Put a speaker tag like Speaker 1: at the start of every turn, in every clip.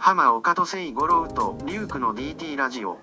Speaker 1: 浜岡と聖五郎とリュウクの DT ラジオ。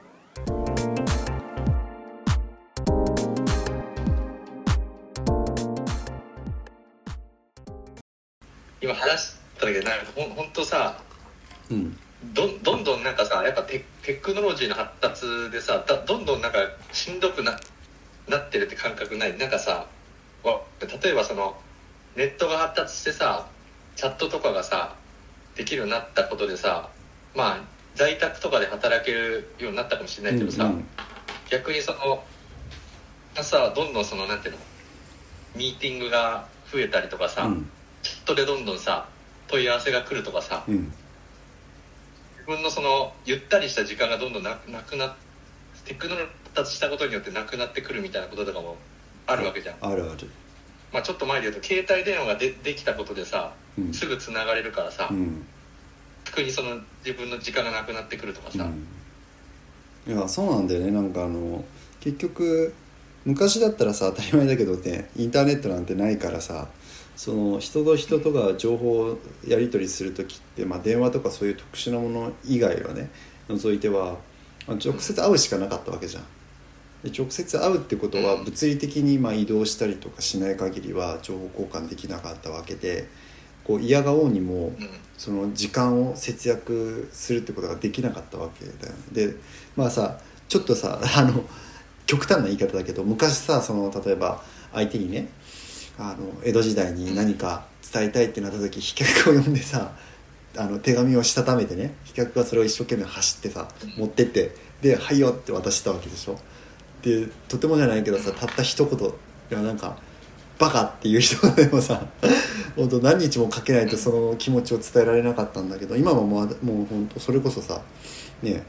Speaker 2: 今話しただけどなんかほんとさ、どんどんなんかさ、やっぱテクノロジーの発達でさ、どんどんなんかしんどく なってるって感覚ない？なんかさ、例えばそのネットが発達してさ、チャットとかがさできるようになったことでさ、まあ在宅とかで働けるようになったかもしれないけどさ、逆にそのさ、どんどんそのなんていうの、ミーティングが増えたりとかさ、チャットでどんどんさ問い合わせが来るとかさ、自分のそのゆったりした時間がどんどんなくなって、テクノロジー発達したことによってなくなってくるみたいなこととかもあるわけじゃん。
Speaker 3: あるある。
Speaker 2: まあ、ちょっと前で言うと携帯電話が できたことでさ、すぐつながれるからさ、特にその自分の時間がなくなってくるとかさ、
Speaker 3: いやそうなんだよね。なんか結局昔だったらさ当たり前だけどね、インターネットなんてないからさ、その人と人とが情報をやり取りするときって、電話とかそういう特殊なもの以外はね除いては直接会うしかなかったわけじゃん。で直接会うってことは物理的に移動したりとかしない限りは情報交換できなかったわけで、こう嫌がおうにもその時間を節約するってことができなかったわけだよ。でちょっとさ極端な言い方だけど、昔さその例えば相手にね江戸時代に何か伝えたいってなった時、飛脚を読んでさ手紙をしたためてね、飛脚がそれを一生懸命走ってさ持ってって、ではいよって渡したわけでしょ。でとてもじゃないけどさ、たった一言、いやなんかバカっていう一言でもさ本当何日もかけないとその気持ちを伝えられなかったんだけど、今はもう本当それこそさね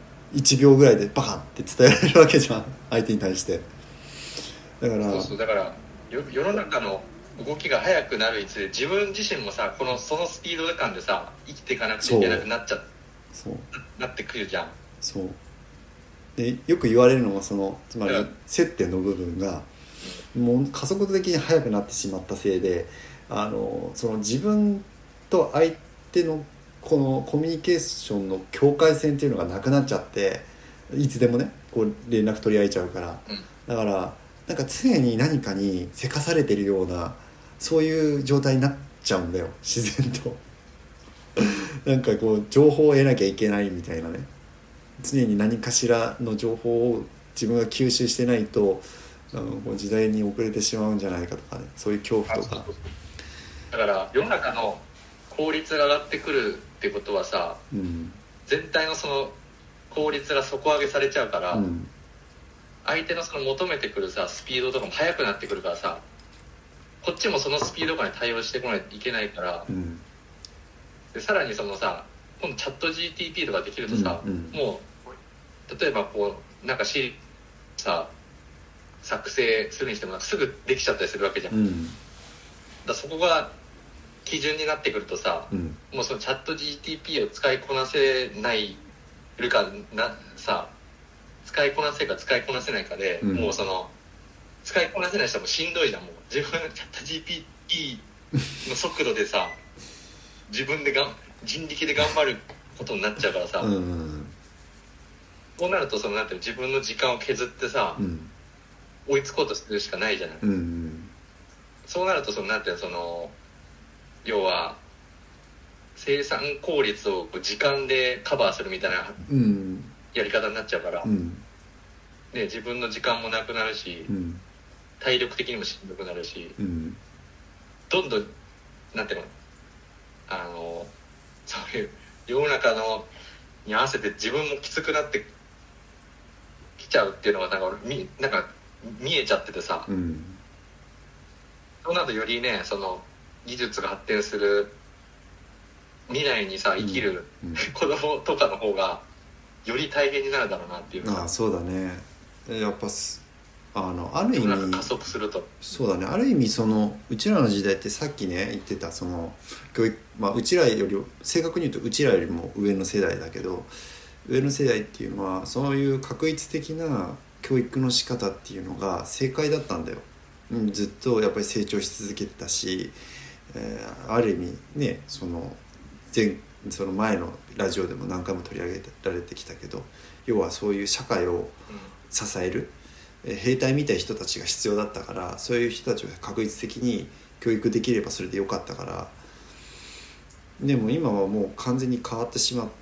Speaker 3: 1秒ぐらいでバカって伝えられるわけじゃん、相手に対して。だから
Speaker 2: だから世の中の動きが速くなるにつれ、自分自身もさそのスピード感でさ生きていかなくちゃいけなくなっちゃなってくるじゃん。
Speaker 3: そうでよく言われるのはつまり接点の部分がもう加速度的に速くなってしまったせいで、その自分と相手のこのコミュニケーションの境界線っていうのがなくなっちゃって、いつでもねこう連絡取り合えちゃうから、だからなんか常に何かにせかされてるようなそういう状態になっちゃうんだよ、自然となんかこう情報を得なきゃいけないみたいなね、常に何かしらの情報を自分が吸収してないと時代に遅れてしまうんじゃないかとかね、そういう恐怖とか。
Speaker 2: だから世の中の効率が上がってくるってことはさ、全体のその効率が底上げされちゃうから、相手のその求めてくるさスピードとかも速くなってくるからさ、こっちもそのスピード感に対応してこないといけないから、でさらにそのさ今度チャット GTP とかできるとさ、もう例えばこうなんかさ作成するにしてもすぐできちゃったりするわけじゃん、だそこが基準になってくるとさ、もうそのチャット GTP を使いこなせないかさ、使いこなせるか使いこなせないかで、もうその使いこなせない人はもうしんどいじゃん。もう自分のチャット GPT の速度でさ自分で人力で頑張ることになっちゃうからさ、こうなるとそのなんていうの、自分の時間を削ってさ、追いつこうとするしかないじゃない、そうなるとそのなんていうの、その要は生産効率を時間でカバーするみたいなやり方になっちゃうから、自分の時間もなくなるし、体力的にもしんどくなるし、どんどんなんていうの、そういう世の中のに合わせて自分もきつくなってきちゃうっていうのがなんか見えちゃっててさ、そうなるとよりね、その技術が発展する未来にさ生きる、子供とかの方がより大変になるだろうなっていう。
Speaker 3: そうだね。やっぱある意味
Speaker 2: 加速すると、
Speaker 3: そうだね。ある意味そのうちらの時代ってさっきね言ってたその教育、うちらより正確に言うとうちらよりも上の世代だけど、上の世代っていうのはそういう画一的な教育の仕方っていうのが正解だったんだよ。ずっとやっぱり成長し続けてたし、ある意味ねそのその前のラジオでも何回も取り上げられてきたけど、要はそういう社会を支える兵隊みたいな人たちが必要だったから、そういう人たちを確実的に教育できればそれでよかったから。でも今はもう完全に変わってしまって、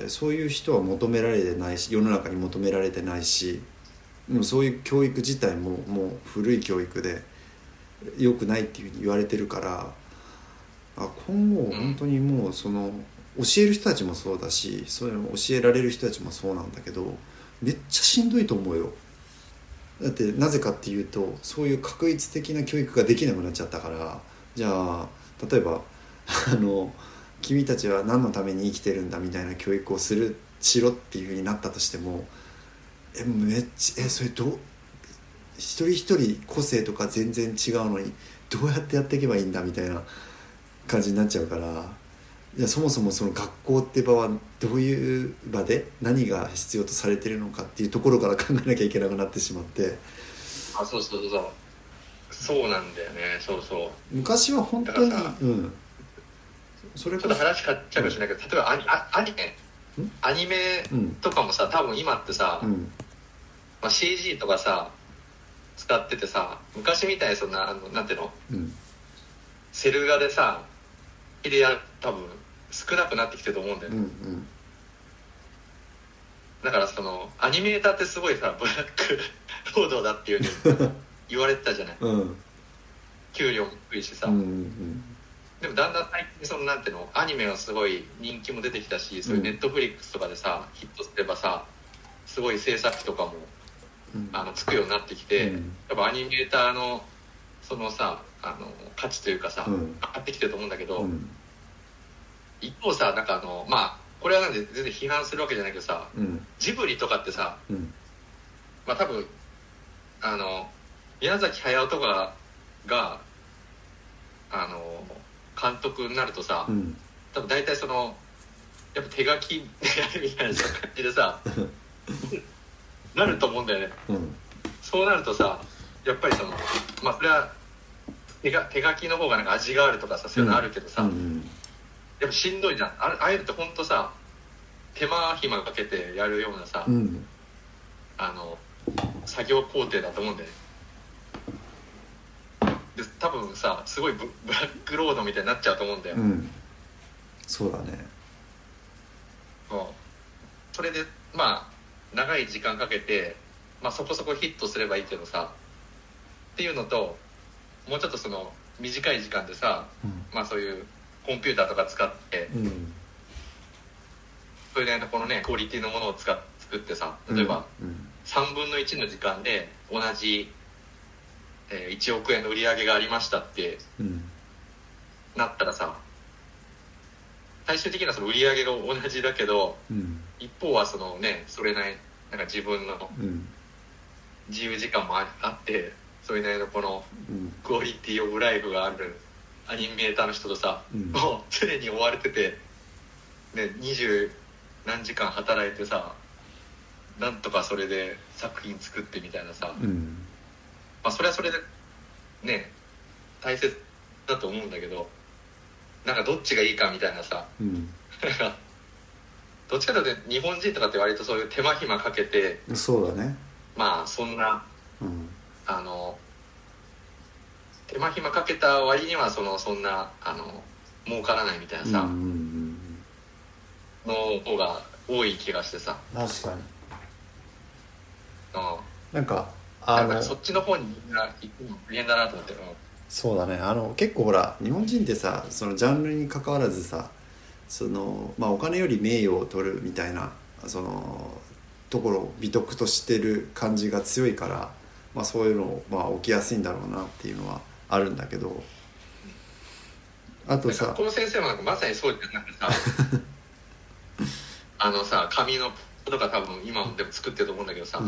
Speaker 3: そういう人は求められてないし、世の中に求められてないし、でもそういう教育自体ももう古い教育で良くないっていうふうに言われてるから、今後本当にもうその教える人たちもそうだし、そういうの教えられる人たちもそうなんだけど、めっちゃしんどいと思うよ。だってなぜかっていうと、そういう確一的な教育ができなくなっちゃったから。じゃあ例えば君たちは何のために生きてるんだみたいな教育をしろっていう風になったとしても、めっちゃそれ一人一人個性とか全然違うのにどうやってやっていけばいいんだみたいな感じになっちゃうから、じゃあそもそもその学校って場はどういう場で何が必要とされてるのかっていうところから考えなきゃいけなくなってしまって。
Speaker 2: そうなんだよね。
Speaker 3: 昔は本当に
Speaker 2: それこそちょっと話変わっちゃうかもしれないけど、例えばアニメとかもさ、多分今ってさ、CG とかさ使っててさ、昔みたいにそんななんていうの、セル画でさ多分少なくなってきてると思うんだよね。だからそのアニメーターってすごいさ、ブラック労働だっていう風に言われてたじゃない、給料も低いしさ、でもだんだん最近そのなんていうの、アニメはすごい人気も出てきたし、そういうネットフリックスとかでさヒットすればさ、すごい制作費とかもつくようになってきて、やっぱアニメーターのそのさ価値というかさ、上がってきてると思うんだけど、一方さ、なんかこれはなんで全然批判するわけじゃないけどさ、ジブリとかってさ、多分宮崎駿とかが監督になるとさ、多分大体そのやっぱ手書きでやるみたいな感じでさなると思うんだよね、そうなるとさ、やっぱりそのそれは手書きの方がなんか味があるとかさ、そういうのあるけどさ、やっぱしんどいじゃん。ああいうのってほんとさ、手間暇かけてやるようなさ、作業工程だと思うんだよね。で多分さ、すごいブラックロードみたいになっちゃうと思うんだよ、
Speaker 3: そうだね。
Speaker 2: それで長い時間かけて、そこそこヒットすればいいけどさっていうのと、もうちょっとその短い時間でさ、そういうコンピューターとか使って、それでこのねクオリティのものを作ってさ、例えば3分の1の時間で同じ1億円の売り上げがありましたってなったらさ、最終的なその売り上げが同じだけど、一方はそのね、それなりなんか自分の自由時間もあって、それなりのこのクオリティオブライフがあるアニメーターの人とさ、もう常に追われてて、ね、20何時間働いてさ、なんとかそれで作品作ってみたいなさ、それはそれでね大切だと思うんだけど、なんかどっちがいいかみたいなさ、どっちかというと日本人とかって割とそういう手間暇かけて、
Speaker 3: そうだね、
Speaker 2: そんな、手間暇かけた割にはそんな儲からないみたいなさ、の方が多い気がしてさ。
Speaker 3: 確かに。
Speaker 2: なんかそっちの方にみんな行くの大変だなと思ってる。
Speaker 3: そうだね。結構ほら日本人ってさ、そのジャンルに関わらずさ、そのお金より名誉を取るみたいなそのところを美徳としてる感じが強いから、そういうの起きやすいんだろうなっていうのはあるんだけど、あとさ、
Speaker 2: この先生もなんかまさにそうじゃなくてさ紙のとか多分今でも作ってると思うんだけどさ、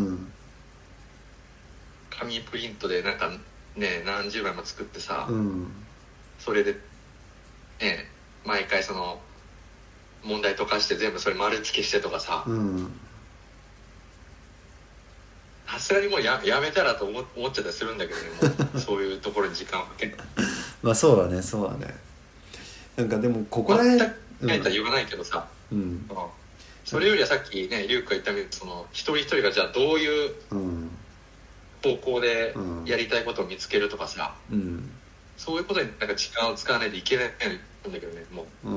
Speaker 2: 紙プリントでなんかね何十枚も作ってさ、それでね毎回その問題解かして全部それ丸付けしてとかさ、さすがにもうやめたらと思っちゃったりするんだけどね、もうそういうところに時間をかける
Speaker 3: そうだね。なんかでもここら辺
Speaker 2: えたら言わないけどさ、
Speaker 3: うん、
Speaker 2: それよりはさっきねリュウクが言ったみたいにその一人一人がじゃあどういう方向でやりたいことを見つけるとかさ、うん、そういうことになんか時間を使わないといけないんだけどねもう、うん、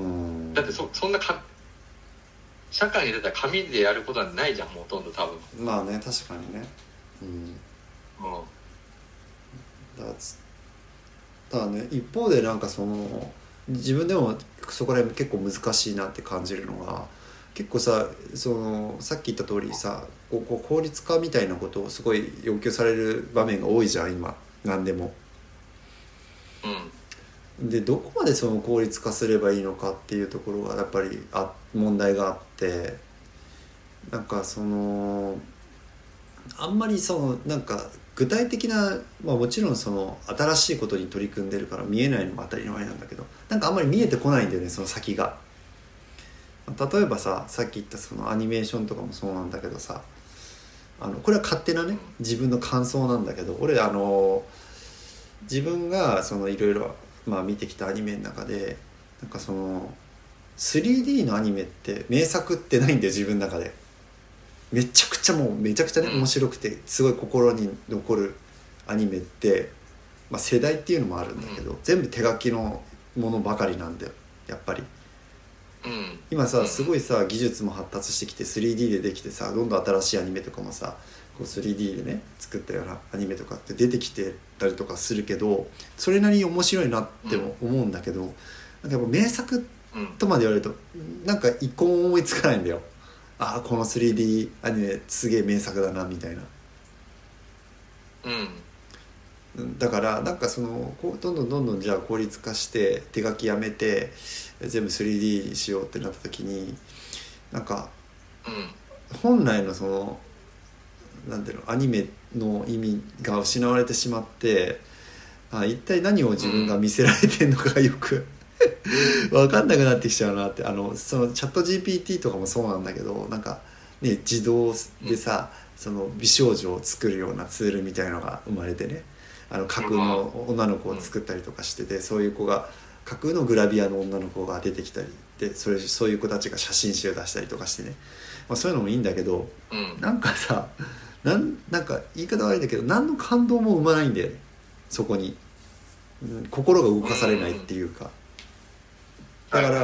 Speaker 2: だってそんな社会に出たら紙でやることはないじゃんほとんど多分。
Speaker 3: まあね確かにね、うん、だね一方でなんかその自分でもそこら辺結構難しいなって感じるのが結構さそのさっき言った通りさこう効率化みたいなことをすごい要求される場面が多いじゃん今何でも、うん、でどこまでその効率化すればいいのかっていうところがやっぱり問題があってなんかそのあんまりそのなんか具体的な、まあ、もちろんその新しいことに取り組んでるから見えないのが当たり前なんだけどなんかあんまり見えてこないんだよねその先が。例えばさっき言ったそのアニメーションとかもそうなんだけどさこれは勝手なね自分の感想なんだけど俺自分がそのいろいろ見てきたアニメの中でなんかその 3D のアニメって名作ってないんだよ自分の中で。めちゃくちゃね面白くてすごい心に残るアニメって、世代っていうのもあるんだけど全部手書きのものばかりなんだよやっぱり。今さすごいさ技術も発達してきて 3D でできてさどんどん新しいアニメとかもさこう 3D でね作ったようなアニメとかって出てきてたりとかするけどそれなりに面白いなっても思うんだけどなんかやっぱ名作とまで言われるとなんか一個も思いつかないんだよ。あこの 3D アニメすげえ名作だなみたいな、だからなんかそのどんどんじゃあ効率化して手書きやめて全部 3D にしようってなった時になんか、本来のそのなんていうのアニメの意味が失われてしまって一体何を自分が見せられてるのかがよく分かんなくなってきちゃうなってそのチャット GPT とかもそうなんだけどなんか、ね、自動でさその美少女を作るようなツールみたいのが生まれてね架空の女の子を作ったりとかしててそういう子が架空のグラビアの女の子が出てきたりでそういう子たちが写真集を出したりとかしてね、そういうのもいいんだけど、なんかさなんか言い方悪いんだけど何の感動も生まないんだよねそこに、心が動かされないっていうか。だから、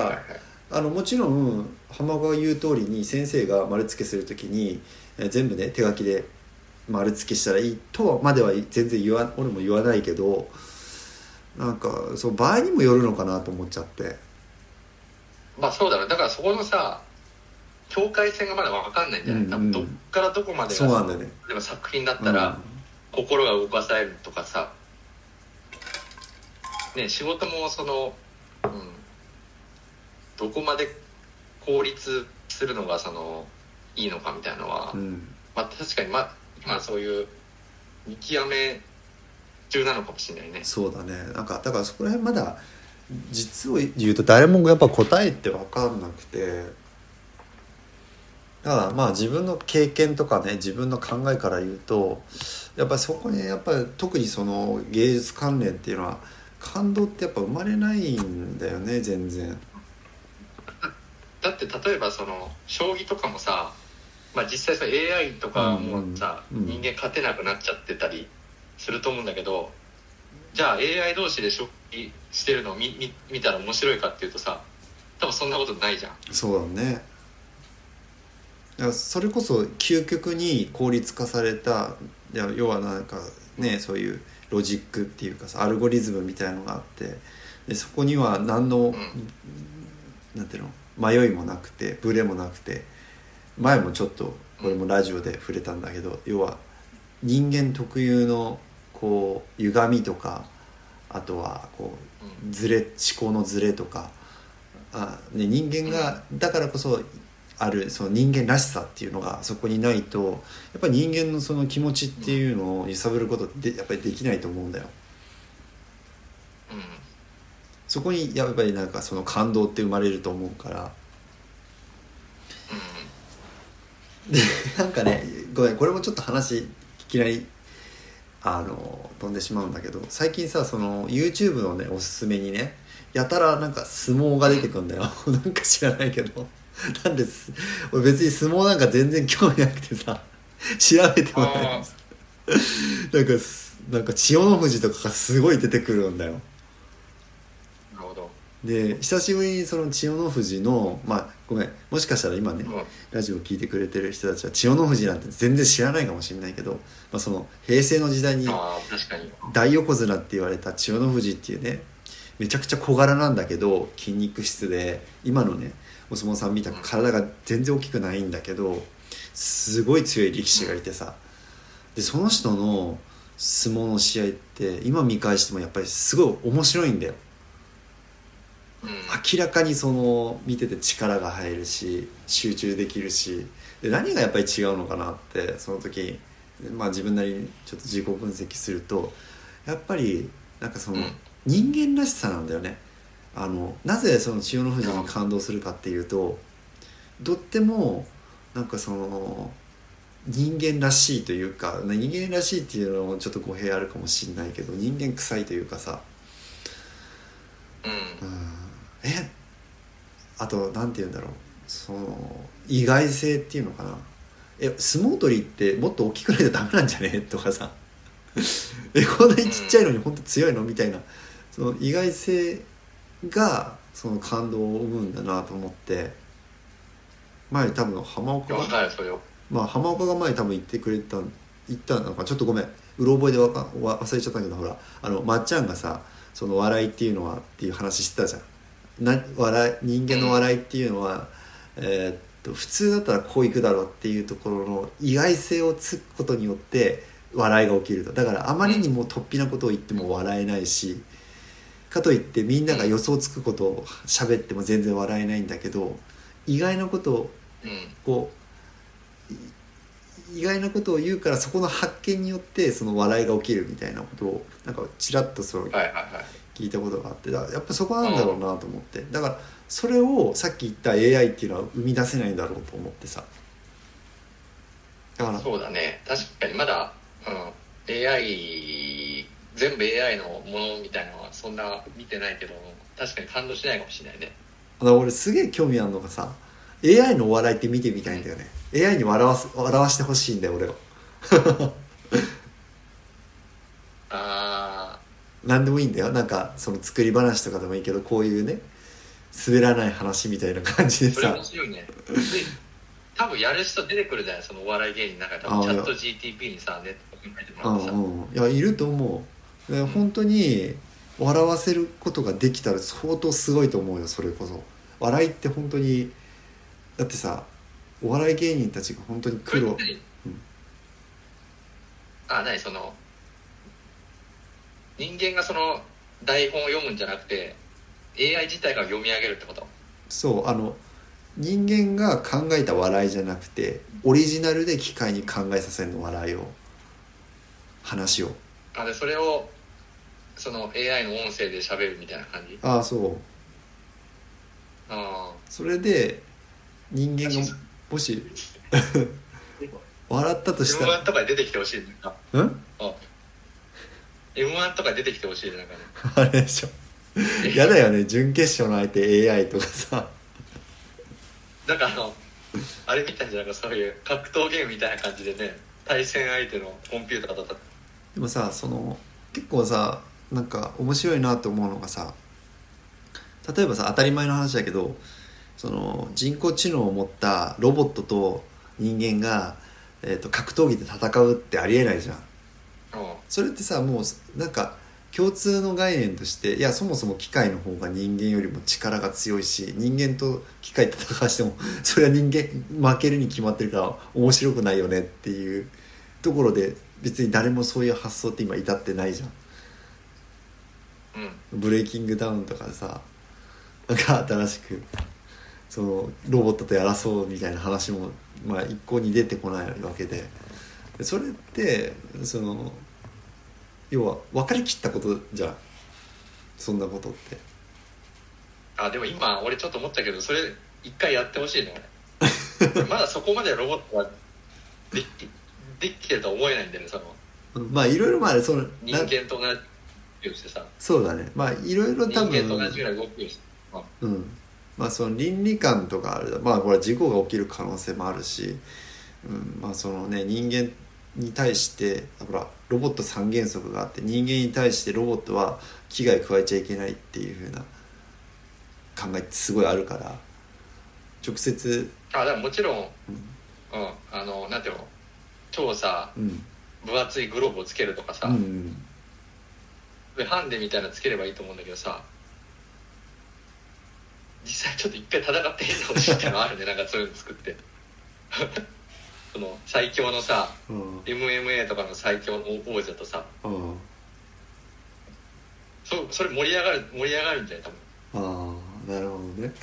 Speaker 3: もちろん浜川言う通りに先生が丸付けするときに、全部ね手書きで丸付けしたらいいとまでは全然俺も言わないけどなんかその場合にもよるのかなと思っちゃって。
Speaker 2: そうだね。だからそこのさ境界線がまだ分かんないんじゃない、多分どっからどこまでが
Speaker 3: そうなんだよね。
Speaker 2: でも作品だったら、心が動かされるとかさね仕事もそのどこまで効率するのがそのいいのかみたいなのは、確かに今そういう見極め中なのかもしれないね。
Speaker 3: そうだね。なんかだからそこら辺まだ実を言うと誰もやっぱ答えって分かんなくてだから自分の経験とかね自分の考えから言うとやっぱりそこにやっぱり特にその芸術関連っていうのは感動ってやっぱ生まれないんだよね全然。
Speaker 2: だって例えばその将棋とかもさ、実際さ AI とかもさ、人間勝てなくなっちゃってたりすると思うんだけどじゃあ AI 同士で将棋してるのを見たら面白いかっていうとさ多分そんなことないじゃん。
Speaker 3: そうだね。だからそれこそ究極に効率化された要はなんかねそういうロジックっていうかさアルゴリズムみたいのがあってでそこには何の、なんていうの迷いもなくてブレもなくて前もちょっとこれもラジオで触れたんだけど要は人間特有のこう歪みとかあとはこう思考のズレとか人間がだからこそあるその人間らしさっていうのがそこにないとやっぱり人間のその気持ちっていうのを揺さぶることってやっぱりできないと思うんだよ。そこにやっぱりなんかその感動って生まれると思うからでなんかねごめんこれもちょっと話いきなり飛んでしまうんだけど、最近さその YouTube のねおすすめにねやたらなんか相撲が出てくんだよなんか知らないけどなんです俺別に相撲なんか全然興味なくてさ調べてもないんですなんか千代の富士とかがすごい出てくるんだよ。
Speaker 2: なるほど。
Speaker 3: で久しぶりにその千代の富士のごめんもしかしたら今ね、ラジオ聞いてくれてる人たちは千代の富士なんて全然知らないかもしれないけど、その平成の時代に大横綱って言われた千代の富士っていうねめちゃくちゃ小柄なんだけど筋肉質で今のねお相撲さんみたく体が全然大きくないんだけどすごい強い力士がいてさ、でその人の相撲の試合って今見返してもやっぱりすごい面白いんだよ。明らかにその見てて力が入るし集中できるし、で何がやっぱり違うのかなってその時、自分なりにちょっと自己分析するとやっぱりなんかその人間らしさなんだよね。なぜその千代の富士に感動するかっていうととってもなんかその人間らしいというか、人間らしいっていうのもちょっと語弊あるかもしれないけど人間臭いというかさ、あとなんて言うんだろう、その意外性っていうのかな、相撲取りってもっと大きくないとダメなんじゃねとかさこんなにちっちゃいのに本当強いのみたいな、その意外性がその感動を生むんだなと思って、前多分浜岡が前多分言ったのかちょっとごめんうろ覚えで忘れちゃったけど、ほらまっちゃんがさその笑いっていうのはっていう話してたじゃん。人間の笑いっていうのは、普通だったらこういくだろうっていうところの意外性をつくことによって笑いが起きると。だからあまりにも突飛なことを言っても笑えないし、かといってみんなが予想つくことを喋っても全然笑えないんだけど、意外なことを意外なことを言うからそこの発見によってその笑いが起きるみたいなことをなんかちらっと聞いたことがあって、やっぱそこなんだろうなと思って、だからそれをさっき言った AI っていうのは生み出せないんだろうと思ってさ。
Speaker 2: だからそうだね、確かにまだ、AI 全部 AI のものみたいなのはそんな見てないけど確かに感動しないかもしれないね。
Speaker 3: 俺すげえ興味あるのがさ AI のお笑いって見てみたいんだよね。AI に笑わしてほしいんだよ俺を何でもいいんだよ、なんかその作り話とかでもいいけど、こういうね滑らない話みたいな感じでさ。
Speaker 2: それ面白いね多分やる人出てくるじゃない、そのお笑い芸人の中で。多分チャット GTP にさネット考えてもらってさ、
Speaker 3: いやいると思う。本当に笑わせることができたら相当すごいと思うよ。それこそ笑いって本当にだってさ、お笑い芸人たちが本当に苦労、
Speaker 2: 何その人間がその台本を読むんじゃなくて AI 自体が読み上げるってこと？
Speaker 3: そう、人間が考えた笑いじゃなくてオリジナルで機械に考えさせるの、笑いを、話を。
Speaker 2: でそれをその AI の音声で喋るみたいな感じ？
Speaker 3: そう。それで人間がもし笑ったとしたら
Speaker 2: M1 とかで出てきてほしい。M1 とか出てきてほしい。なんかね
Speaker 3: あれでしょやだよね、準決勝の相手 AI とかさ。
Speaker 2: だからあれみたいじゃなんかそういう格闘ゲームみたいな感じでね、対戦相手のコンピューターだった。
Speaker 3: でもさ、その結構さなんか面白いなと思うのがさ、例えばさ当たり前の話だけど、その人工知能を持ったロボットと人間が、格闘技で戦うってありえないじゃん。それってさもうなんか共通の概念として、いやそもそも機械の方が人間よりも力が強いし、人間と機械戦わしてもそれは人間負けるに決まってるから面白くないよねっていうところで、別に誰もそういう発想って今至ってないじゃん。ブレイキングダウンとかでさ、なんか新しくそのロボットと争うみたいな話も一向に出てこないわけで、それってその要は分かりきったことじゃん、そんなことって。
Speaker 2: でも今俺ちょっと思ったけど、それ一回やってほしいのまだそこまでロボットはできてるとは思えないんだよね。その
Speaker 3: まあいろいろまあその
Speaker 2: 人間と同じをしてさ、
Speaker 3: そうだね、まあいろいろ多分
Speaker 2: 人間と同じぐらい動きをして、
Speaker 3: まあその倫理観とかある、まあこれは事故が起きる可能性もあるし、まあそのね人間に対してほらロボット三原則があって、人間に対してロボットは危害加えちゃいけないっていう風な考えってすごいあるから、直接
Speaker 2: だからもちろん、なんていうの、超さ、分厚いグローブをつけるとかさ、ハンデみたいなのつければいいと思うんだけどさ、実際ちょっと一回戦ってみてほしいってのあるねなんかそういうの作ってその最強のさ、MMA とかの最強の王者とさ、それ盛り上がるんじゃない多分。
Speaker 3: なるほどね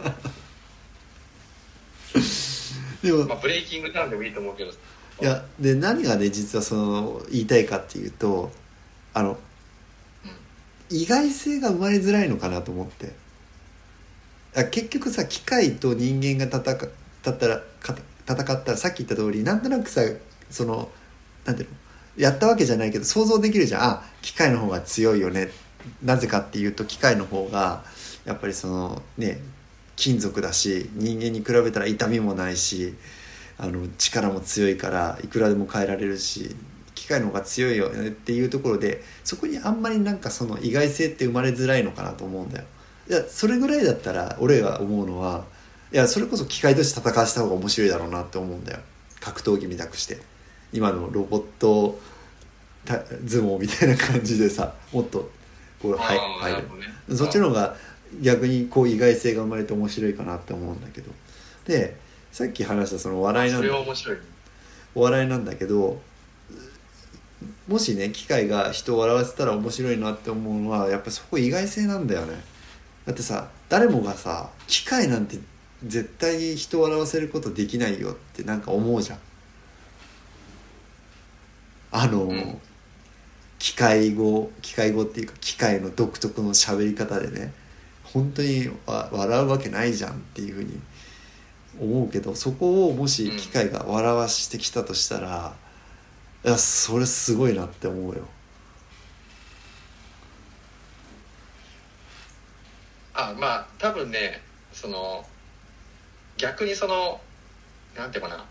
Speaker 3: でも、
Speaker 2: まあ、ブレイキングダウンでもいいと思うけど、い
Speaker 3: やで何がね実はその言いたいかっていうと、意外性が生まれづらいのかなと思って。結局さ、機械と人間が戦ったらさっき言った通りなんとなくさ、そのなんていうの、やったわけじゃないけど想像できるじゃん。機械の方が強いよね。なぜかっていうと機械の方がやっぱりそのね金属だし、人間に比べたら痛みもないし、力も強いからいくらでも変えられるし、機械の方が強いよねっていうところで、そこにあんまりなんかその意外性って生まれづらいのかなと思うんだよ。いやそれぐらいだったら俺が思うのは、いやそれこそ機械として戦わせた方が面白いだろうなって思うんだよ。格闘技みたくして今のロボット相撲みたいな感じでさ、もっとこう入る、そっちの方が逆にこう意外性が生まれて面白いかなって思うんだけど、でさっき話したその笑いなんだ、
Speaker 2: それは面白い、
Speaker 3: お笑いなんだけど、もしね機械が人を笑わせたら面白いなって思うのはやっぱそこ意外性なんだよね。だってさ、誰もがさ機械なんて絶対人を笑わせることできないよってなんか思うじゃん。機械語っていうか機械の独特の喋り方でね、本当に笑うわけないじゃんっていうふうに思うけど、そこをもし機械が笑わしてきたとしたら、いやそれすごいなって思うよ。
Speaker 2: まあ多分ね、その逆にそのなんていうかな、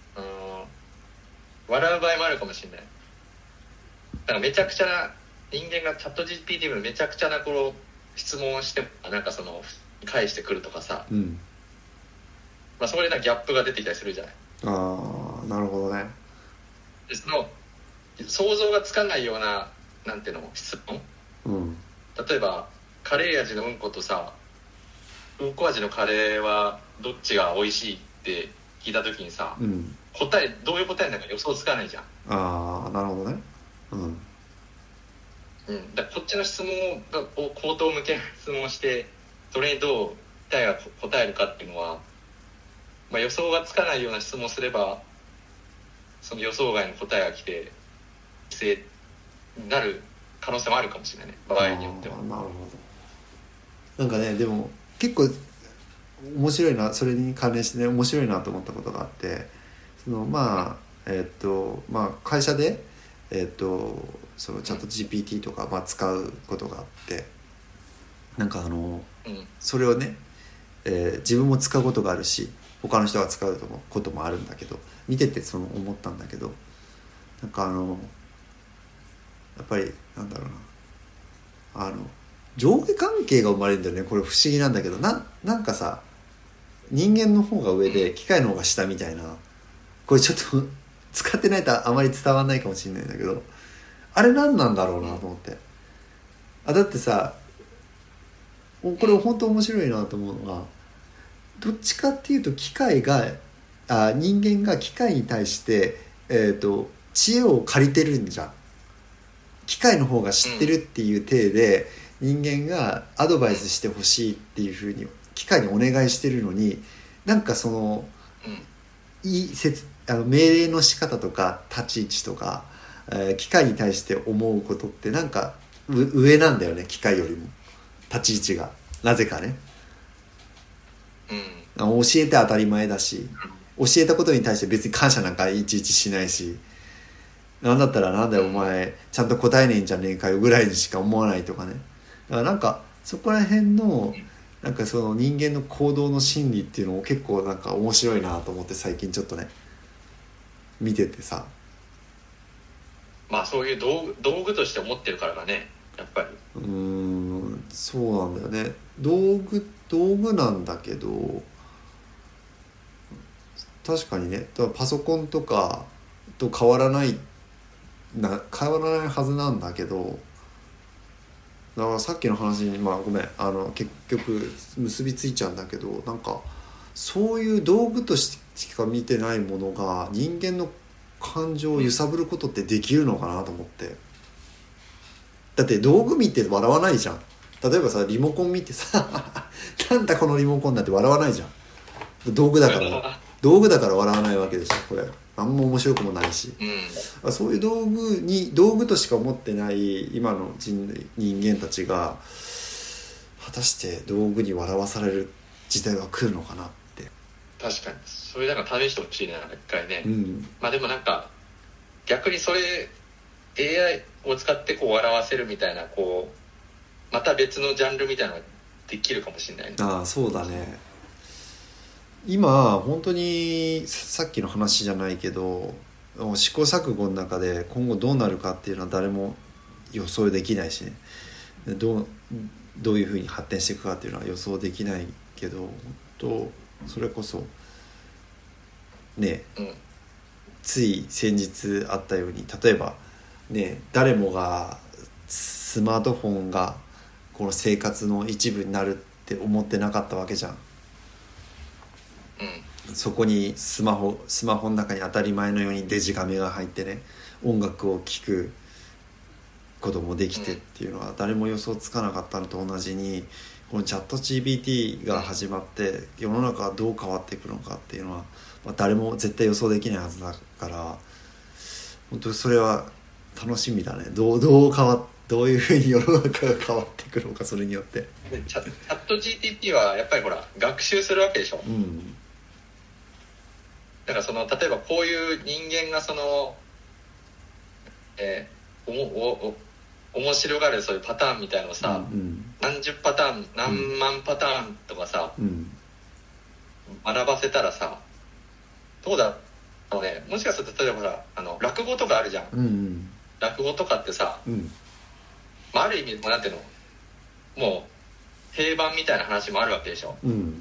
Speaker 2: 笑う場合もあるかもしれない。だからめちゃくちゃな人間がチャット GPT のめちゃくちゃなこの質問をしてもなんかその返してくるとかさ、まあそれでギャップが出てきたりするじゃない。
Speaker 3: なるほどね。
Speaker 2: でその想像がつかないようななんていうの質問、例えばカレー味のうんことさ、うんこ味のカレーはどっちが美味しいって聞いた時にさ、答えどういう答えになるか予想つかないじゃん。
Speaker 3: なるほどね。
Speaker 2: だからこっちの質問が口頭向けの質問をして、それにどう答えるかっていうのは、まあ、予想がつかないような質問をすればその予想外の答えが来て犠牲になる可能性もあるかもしれないね、場合によっては。なるほ
Speaker 3: ど。なんかね、でも結構面白いな、それに関連してね面白いなと思ったことがあって、その会社でそのチャット GPT とか使うことがあって、なんかそれをね、自分も使うことがあるし他の人が使うこともあるんだけど、見てて思ったんだけど、なんかやっぱりなんだろうな、上下関係が生まれるんだよね。これ不思議なんだけど、なんかさ、人間の方が上で機械の方が下みたいな、これちょっと使ってないとあまり伝わんないかもしれないんだけど、あれ何なんだろうなと思って。だってさ、これ本当面白いなと思うのは、どっちかっていうと機械が人間が機械に対して、知恵を借りてるんじゃん。機械の方が知ってるっていう体で、人間がアドバイスしてほしいっていうふうに機械にお願いしてるのに、なんかその、命令の仕方とか立ち位置とか、機械に対して思うことってなんか上なんだよね、機械よりも立ち位置がなぜかね。教えて当たり前だし、教えたことに対して別に感謝なんかいちいちしないし、 なんだったらなんだよお前ちゃんと答えねえんじゃねえかよぐらいにしか思わないとかね。だからなんかそこら辺のなんかその人間の行動の心理っていうのを結構なんか面白いなと思って最近ちょっとね見ててさ。
Speaker 2: まあそういう道具として思ってるからだねやっぱり。
Speaker 3: そうなんだよね。道具なんだけど確かにね、だからパソコンとかと変わらないはずなんだけど、だからさっきの話にまあごめん結局結びついちゃうんだけど、なんかそういう道具としてしか見てないものが人間の感情を揺さぶることってできるのかなと思って。だって道具見て笑わないじゃん。例えばさリモコン見てさなんだこのリモコンなんて笑わないじゃん。道具だから笑わないわけでしょ。これあんま面白くもないし、そういう道具としか思ってない今の人間たちが果たして道具に笑わされる時代が来るのかなって。
Speaker 2: 確かにそれなんか試してほしいな一回ね、まあでもなんか逆にそれ AI を使ってこう笑わせるみたいなこうまた別のジャンルみたいなのができるかもしれないね。
Speaker 3: ああそうだね。今本当にさっきの話じゃないけど試行錯誤の中で今後どうなるかっていうのは誰も予想できないしね、どういうふうに発展していくかっていうのは予想できないけど、本当それこそね、つい先日あったように例えばね誰もがスマートフォンがこの生活の一部になるって思ってなかったわけじゃん。そこにスマホの中に当たり前のようにデジカメが入ってね音楽を聴くこともできてっていうのは誰も予想つかなかったのと同じに、このチャット GPT が始まって世の中はどう変わっていくのかっていうのは、誰も絶対予想できないはずだから本当にそれは楽しみだね。どういうふうに世の中が変わっていくのか、それによって
Speaker 2: チャット GPT はやっぱりほら学習するわけでしょ、だからその例えばこういう人間がその、面白がるそういうパターンみたいのをさ、何十パターン何万パターンとかさ、学ばせたらさどうだろうね。もしかすると例えばほら落語とかあるじゃん、落語とかってさ、ある意味なんていうのもう定番みたいな話もあるわけでしょ、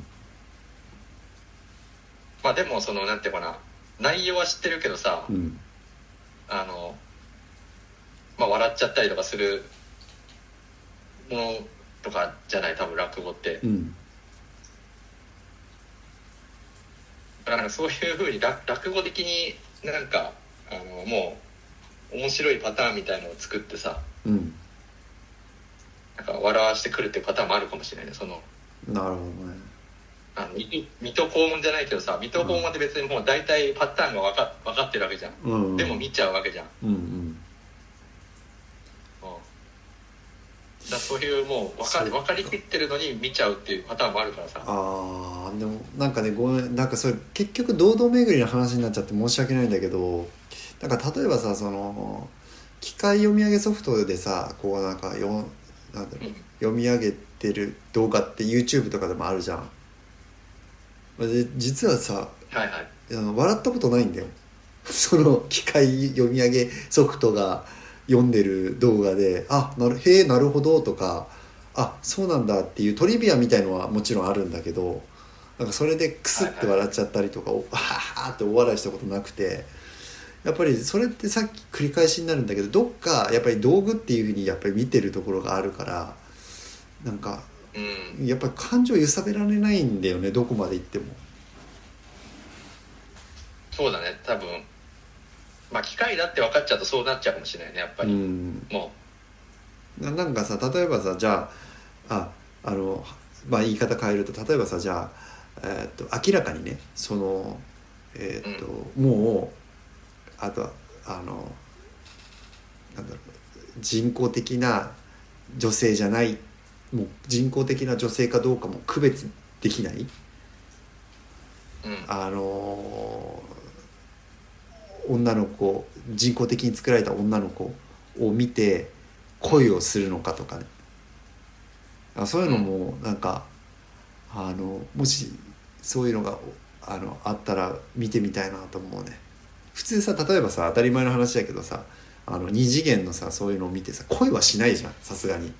Speaker 2: まあでもそのなんていうかな内容は知ってるけどさ、まあ笑っちゃったりとかするものとかじゃない多分落語って、だからそういう風に落語的になんかもう面白いパターンみたいのを作ってさ、なんか笑わしてくるっていうパターンもあるかもしれないね。その
Speaker 3: なるほどね。
Speaker 2: 水戸黄門じゃないけどさ、水戸黄門って別にもう大体パターンが分かってるわけじゃん、でも見ちゃうわけじゃん、だそういうもう分かりきってるのに見ちゃうっていうパターンもあるからさ。
Speaker 3: でもなんかねごめん、なんかそれ結局堂々巡りの話になっちゃって申し訳ないんだけど、なんか例えばさその機械読み上げソフトでさこうなんか読み上げてる動画って YouTube とかでもあるじゃん。実はさ、笑ったことないんだよその機械読み上げソフトが読んでる動画でなるほどとかそうなんだっていうトリビアみたいのはもちろんあるんだけど、なんかそれでクスって笑っちゃったりとかってお笑いしたことなくて、やっぱりそれってさっき繰り返しになるんだけどどっかやっぱり道具っていう風にやっぱり見てるところがあるからなんかやっぱり感情揺さべられないんだよね、どこまで行っても。
Speaker 2: そうだね、多分まあ機械だって分かっちゃうとそうなっちゃうかもしれないねやっぱり、も
Speaker 3: うなんかさ例えばさじゃあまあ言い方変えると例えばさじゃあ明らかにねそのもうあとなんだろう人工的な女性じゃない、もう人工的な女性かどうかも区別できない、 女の子、人工的に作られた女の子を見て恋をするのかとかね、そういうのもなんかもしそういうのがあったら見てみたいなと思うね。普通さ、例えばさ、当たり前の話だけどさ、二次元のさ、そういうのを見てさ、恋はしないじゃん、さすがに。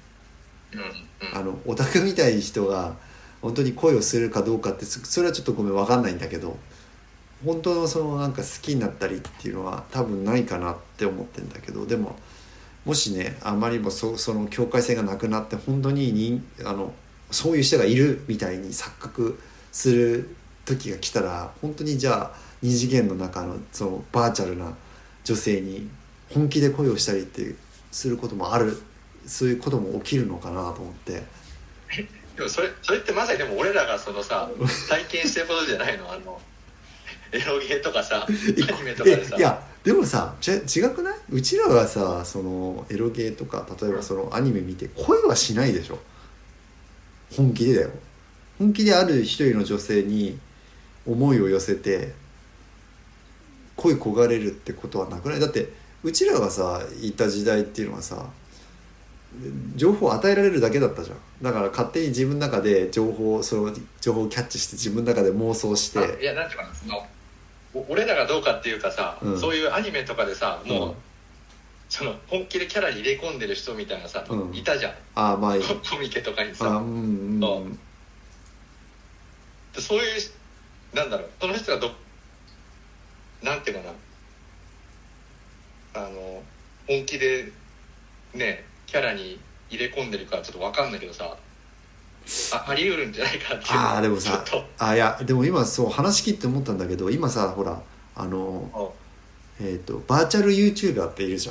Speaker 3: オタクみたいな人が本当に恋をするかどうかって、それはちょっとごめん分かんないんだけど、本当のそのなんか好きになったりっていうのは多分ないかなって思ってんだけど、でももしね、あまりにもその境界線がなくなって、本当にそういう人がいるみたいに錯覚する時が来たら、本当にじゃあ二次元の中のそのバーチャルな女性に本気で恋をしたりってすることもある、そういうことも起きるのかなと思って。
Speaker 2: でもそれってまさにでも俺らがそのさ体験してることじゃないの？エロゲーとかさ、アニメとかでさ。
Speaker 3: いやでもさ、違くない？うちらがさ、そのエロゲーとか例えばそのアニメ見て恋はしないでしょ。本気でだよ。本気である一人の女性に思いを寄せて恋焦がれるってことはなくない？だってうちらがさいた時代っていうのはさ、情報を与えられるだけだったじゃん。だから勝手に自分の中でその情報をキャッチして自分の中で妄想して。
Speaker 2: いや、なんていうかな、俺らがどうかっていうかさ、そういうアニメとかでさ、もう、その本気でキャラに入れ込んでる人みたいなさ、いたじゃん。
Speaker 3: まあいい。
Speaker 2: コミケとかにさ、そういうなんだろう、その人がなんていうかな、本気でねキャラに入れ込んでるかちょっと分かんないけどさ、あり得るんじゃないかっていうの。
Speaker 3: でもさ、いやでも今そう話し切って思ったんだけど、今さほらバーチャル YouTuber っているじ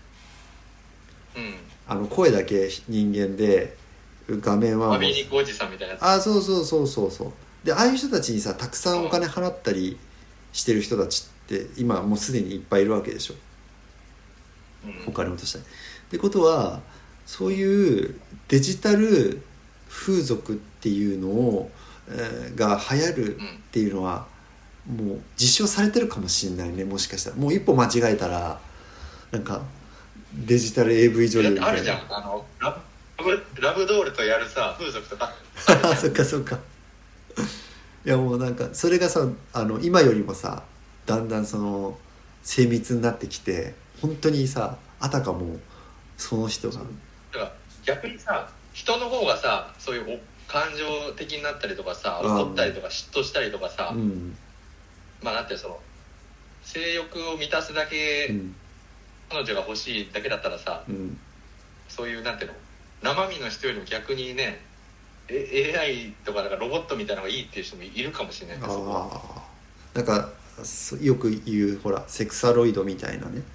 Speaker 3: ゃん。声だけ人間で画面は
Speaker 2: アビニクおじさんみたいなやつ。
Speaker 3: そうで、ああいう人たちにさたくさんお金払ったりしてる人たちって今もうすでにいっぱいいるわけでしょ、お金を落としたりってことは、そういうデジタル風俗っていうのを、が流行るっていうのはもう実証されてるかもしれないね。もしかしたらもう一歩間違えたらなんかデジタル AV 女優みたいな。
Speaker 2: あるじゃん、ラブドールとやるさ風俗とか
Speaker 3: そっかいやもうなんかそれがさ、今よりもさだんだんその精密になってきて、本当にさあたかもその人が、だ
Speaker 2: から逆にさ、人の方がさそういう感情的になったりとかさ、怒ったりとか嫉妬したりとかさ、まあなんていう、その性欲を満たすだけ、彼女が欲しいだけだったらさ、そういうなんていうの、生身の人よりも逆にね、AI とかなんかロボットみたいなのがいいっていう人もいるかもしれないんですよ。
Speaker 3: なんかよく言うほらセクサロイドみたいなね、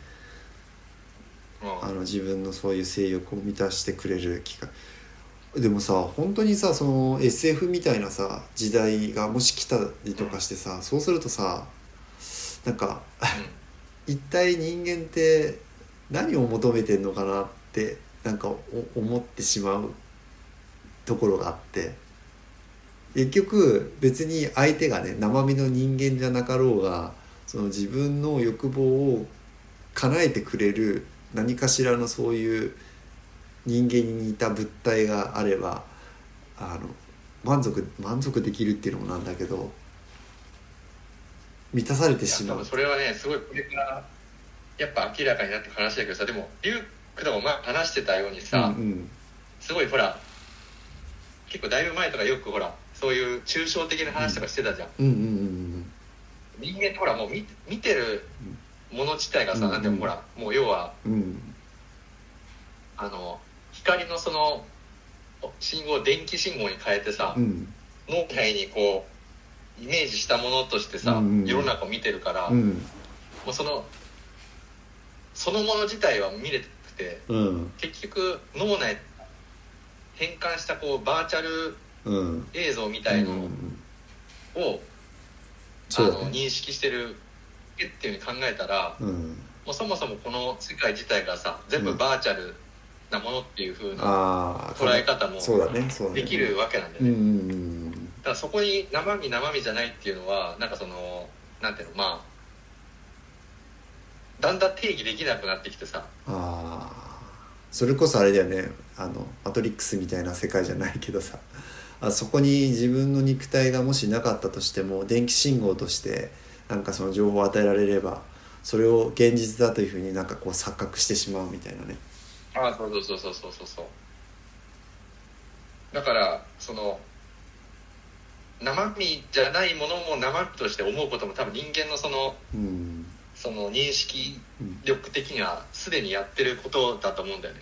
Speaker 3: 自分のそういう性欲を満たしてくれる機会。でもさ本当にさ、その SF みたいなさ時代がもし来たりとかしてさ、そうするとさなんか一体人間って何を求めてんのかなってなんか思ってしまうところがあって、結局別に相手がね生身の人間じゃなかろうが、その自分の欲望を叶えてくれる何かしらのそういう人間に似た物体があれば満足できるっていうのもなんだけど、満たされてしまう。
Speaker 2: それはねすごいこれからやっぱ明らかになって話だけどさ、でもリュックとかも話してたようにさ、すごいほら結構だいぶ前とかよくほらそういう抽象的な話とかしてたじゃん。人間ってほらもう見てるもの自体がさ、なんていうの、ほらもう要は、光のその信号を電気信号に変えてさ、脳内にこうイメージしたものとしてさ、世の中を見てるから、もうそのもの自体は見れてて、結局脳内変換したこうバーチャル映像みたいのを、認識してるっていう風に考えたら、もうそもそもこの世界自体がさ全部バーチャルなものっていう風な捉え方もできるわけなんだよね。だからそこに生身じゃないっていうのはなんかそのなんていうの、まあだんだん定義できなくなってきてさ。
Speaker 3: それこそあれだよね、マトリックスみたいな世界じゃないけどさ、そこに自分の肉体がもしなかったとしても電気信号としてなんかその情報を与えられればそれを現実だというふうになんかこう錯覚してしまうみたいなね。
Speaker 2: そうだからその生身じゃないものも生身として思うことも多分人間のその認識力的にはすでにやってることだと思うんだよね。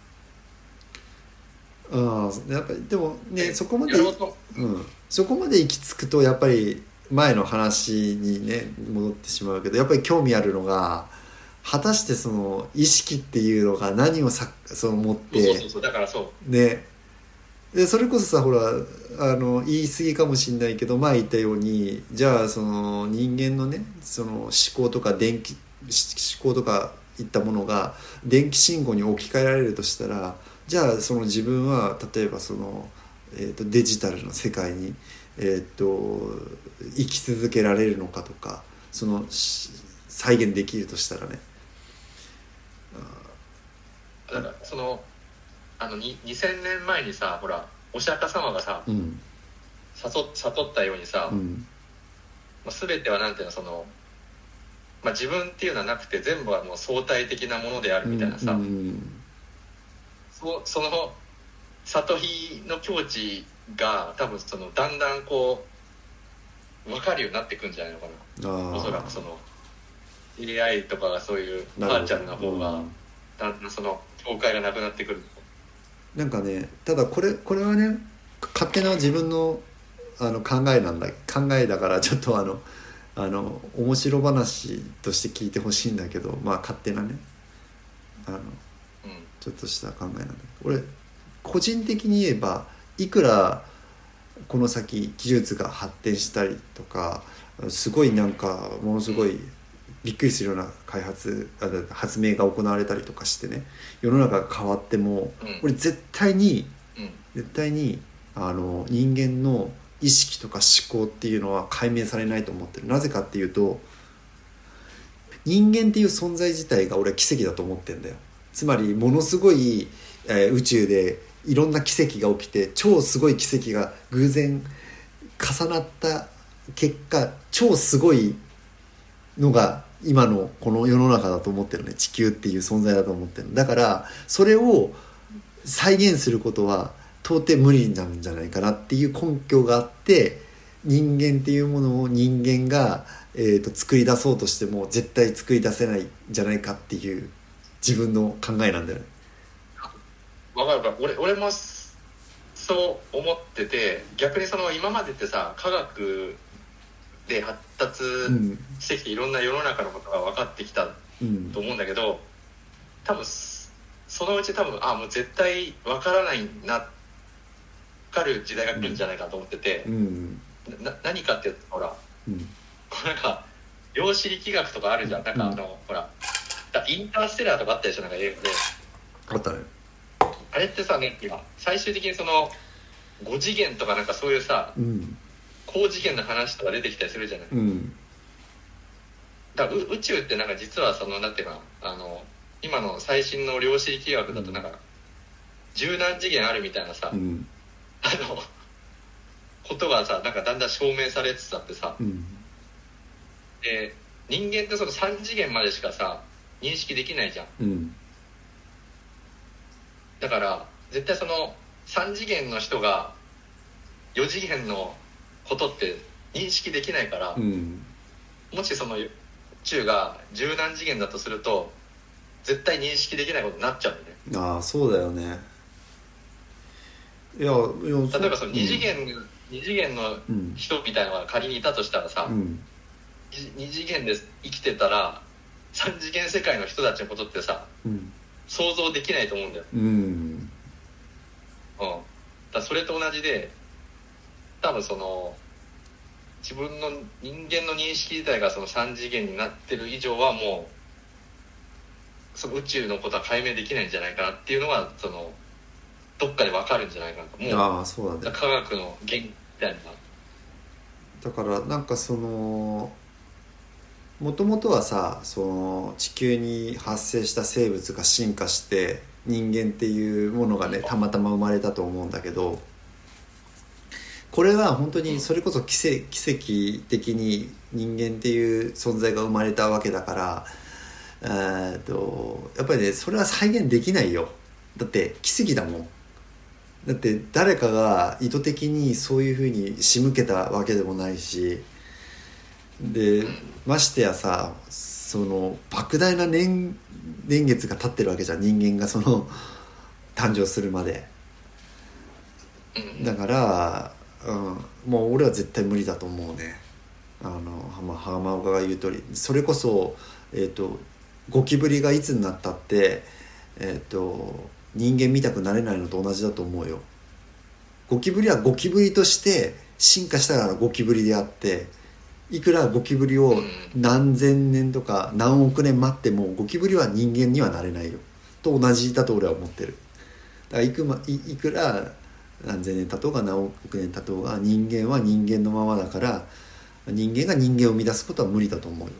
Speaker 3: やっぱりでもねそこまで行き着くとやっぱり前の話にね戻ってしまうけど、やっぱり興味あるのが果たしてその意識っていうのが何をその持って
Speaker 2: だからそう
Speaker 3: ね。でそれこそさほら言い過ぎかもしれないけど前言ったようにじゃあその人間のねその思考とか思考とかいったものが電気信号に置き換えられるとしたら、じゃあその自分は例えばその、デジタルの世界に、生き続けられるのかとかその再現できるとしたらね。
Speaker 2: だからその2000年前にさほらお釈迦様がさ、悟ったようにさ、全てはなんていうのその、自分っていうのはなくて全部はもう相対的なものであるみたいなさ、その悟りの境地が多分そのだんだんこう分かるようになってくんじゃないのかな。おそらくその AI とかがそういうバーチャルな方がだんだんその境界がなくなってくる。
Speaker 3: なんかねただこれはね勝手な自分の考えだからちょっと面白話として聞いてほしいんだけど、勝手なねちょっとした考えなんだけど、俺個人的に言えばいくらこの先技術が発展したりとかすごいなんかものすごいびっくりするような発明が行われたりとかしてね世の中が変わっても、俺絶対に人間の意識とか思考っていうのは解明されないと思ってる。なぜかっていうと人間っていう存在自体が俺は奇跡だと思ってるんだよ。つまりものすごい、宇宙でいろんな奇跡が起きて超すごい奇跡が偶然重なった結果超すごいのが今のこの世の中だと思ってるね。地球っていう存在だと思ってる。だからそれを再現することは到底無理なんじゃないかなっていう根拠があって、人間っていうものを人間が、作り出そうとしても絶対作り出せないんじゃないかっていう自分の考えなんだよね。
Speaker 2: わかる。俺もそう思ってて、逆にその今までってさ科学で発達してきていろんな世の中のことが分かってきたと思うんだけど、多分そのうちもう絶対分からないな分かる時代が来るんじゃないかと思ってて、何かっていうとほら、こうなんか量子力学とかあるじゃん。なんかほらインターステラーとかあったでしょ、なんか映画で。
Speaker 3: あったね。
Speaker 2: あれってさね、今最終的にその5次元とかなんかそういうさ、高次元の話とか出てきたりするじゃない。だから宇宙ってなんか実はそのなんていうか今の最新の量子力学だとなんか十何次元あるみたいなさ、ことがさなんかだんだん証明されつつあってさ、で人間ってその3次元までしかさ認識できないじゃん。だから絶対その3次元の人が4次元のことって認識できないから、もしその宇宙が十何次元だとすると絶対認識できないことになっちゃうんだよね。
Speaker 3: そうだよね。例え
Speaker 2: ばその2次元の人みたいなのが仮にいたとしたらさ、2次元で生きてたら3次元世界の人たちのことってさ、想像できないと思うんだよ。だからそれと同じで多分その自分の人間の認識自体がその3次元になってる以上はもうその宇宙のことは解明できないんじゃないかなっていうのがそのどっかで分かるんじゃないかなと。もう
Speaker 3: そうだね。
Speaker 2: 科学の原理みたいな。
Speaker 3: だからなんかそのもともとはさ、その地球に発生した生物が進化して人間っていうものがねたまたま生まれたと思うんだけど、これは本当にそれこそ奇跡的に人間っていう存在が生まれたわけだから、やっぱりねそれは再現できないよ。だって奇跡だもん。だって誰かが意図的にそういう風に仕向けたわけでもないし、でましてやさ、その莫大な年月が経ってるわけじゃん、人間がその誕生するまで。だから、もう俺は絶対無理だと思うね。浜岡が言う通り、それこそ、ゴキブリがいつになったって、人間見たくなれないのと同じだと思うよ。ゴキブリはゴキブリとして進化したからゴキブリであって、いくらゴキブリを何千年とか何億年待ってもゴキブリは人間にはなれないよと同じだと俺は思ってる。だからいくら何千年経とうが何億年経とうが人間は人間のままだから、人間が人間を生み出すことは無理だと思うよ。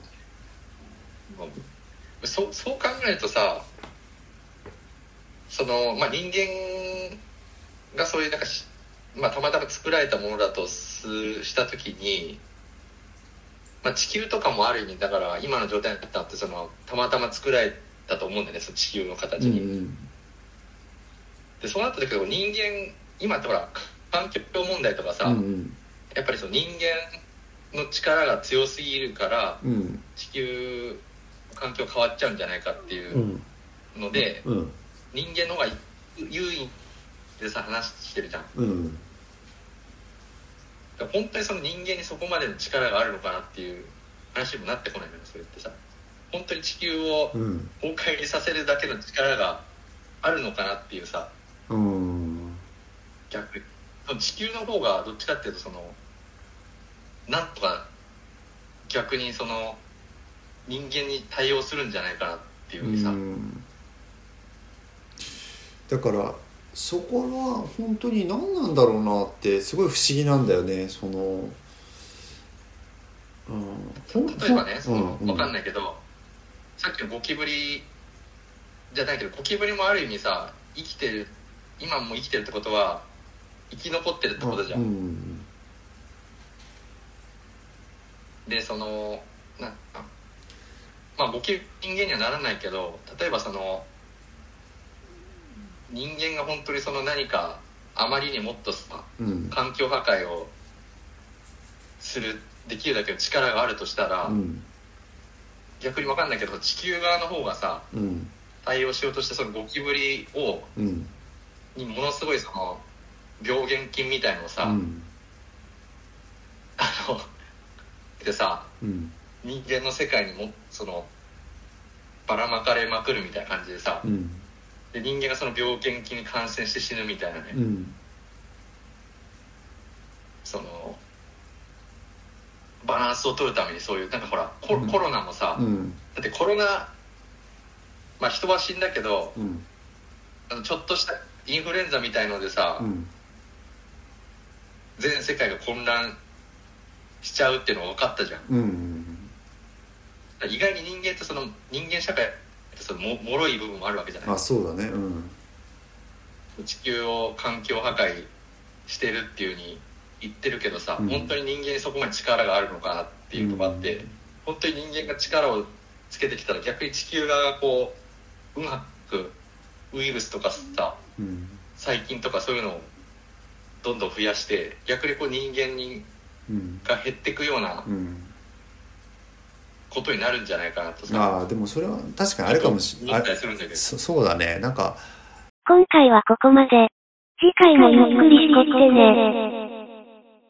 Speaker 2: そう考えるとさ、その人間がそういうなんかたまたま作られたものだとしたときに、地球とかもある意味だから今の状態になったってそのたまたま作られたと思うんだよね、その地球の形に。でそうなった時人間今ってほら環境問題とかさ、やっぱりその人間の力が強すぎるから、地球環境変わっちゃうんじゃないかっていうので、人間の方が優位でさ話してるじゃん。本当にその人間にそこまでの力があるのかなっていう話にもなってこないのよ、それってさ。本当に地球を崩壊させるだけの力があるのかなっていうさ、逆に地球の方がどっちかっていうとそのなんとか逆にその人間に対応するんじゃないかなっていうさ。
Speaker 3: だからそこは本当に何なんだろうなってすごい不思議なんだよね。その、
Speaker 2: 例えばね、分かんないけど、さっきのゴキブリじゃないけど、ゴキブリもある意味さ生きてる、今も生きてるってことは生き残ってるってことじゃん。でそのゴキブリ人間にはならないけど、例えばその人間が本当にその何かあまりにもっとさ、環境破壊をするできるだけの力があるとしたら、逆に分かんないけど地球側の方がさ、対応しようとしてそのゴキブリを、にものすごいその病原菌みたいのをさ、でさ、人間の世界にもそのばらまかれまくるみたいな感じでさ、で人間がその病原菌に感染して死ぬみたいなね、そのバランスを取るためにそういうなんかほらコロナもさ、だってコロナ人は死んだけど、ちょっとしたインフルエンザみたいのでさ、全世界が混乱しちゃうっていうのが分かったじゃん。意外に人間ってその人間社会その脆い部分もあるわけじゃない。
Speaker 3: そうだね。
Speaker 2: 地球を環境破壊してるっていう風に言ってるけどさ、本当に人間にそこまで力があるのかなっていうところがあって、本当に人間が力をつけてきたら逆に地球側がこううまくウイルスとかさ、細菌とかそういうのをどんどん増やして逆にこう人間が減っていくようなことになるんじゃないかなとさ。
Speaker 3: でもそれは確かにあれかもしれない。そうだね。なんか
Speaker 4: 今回はここまで。次回もゆっくりしてきてね。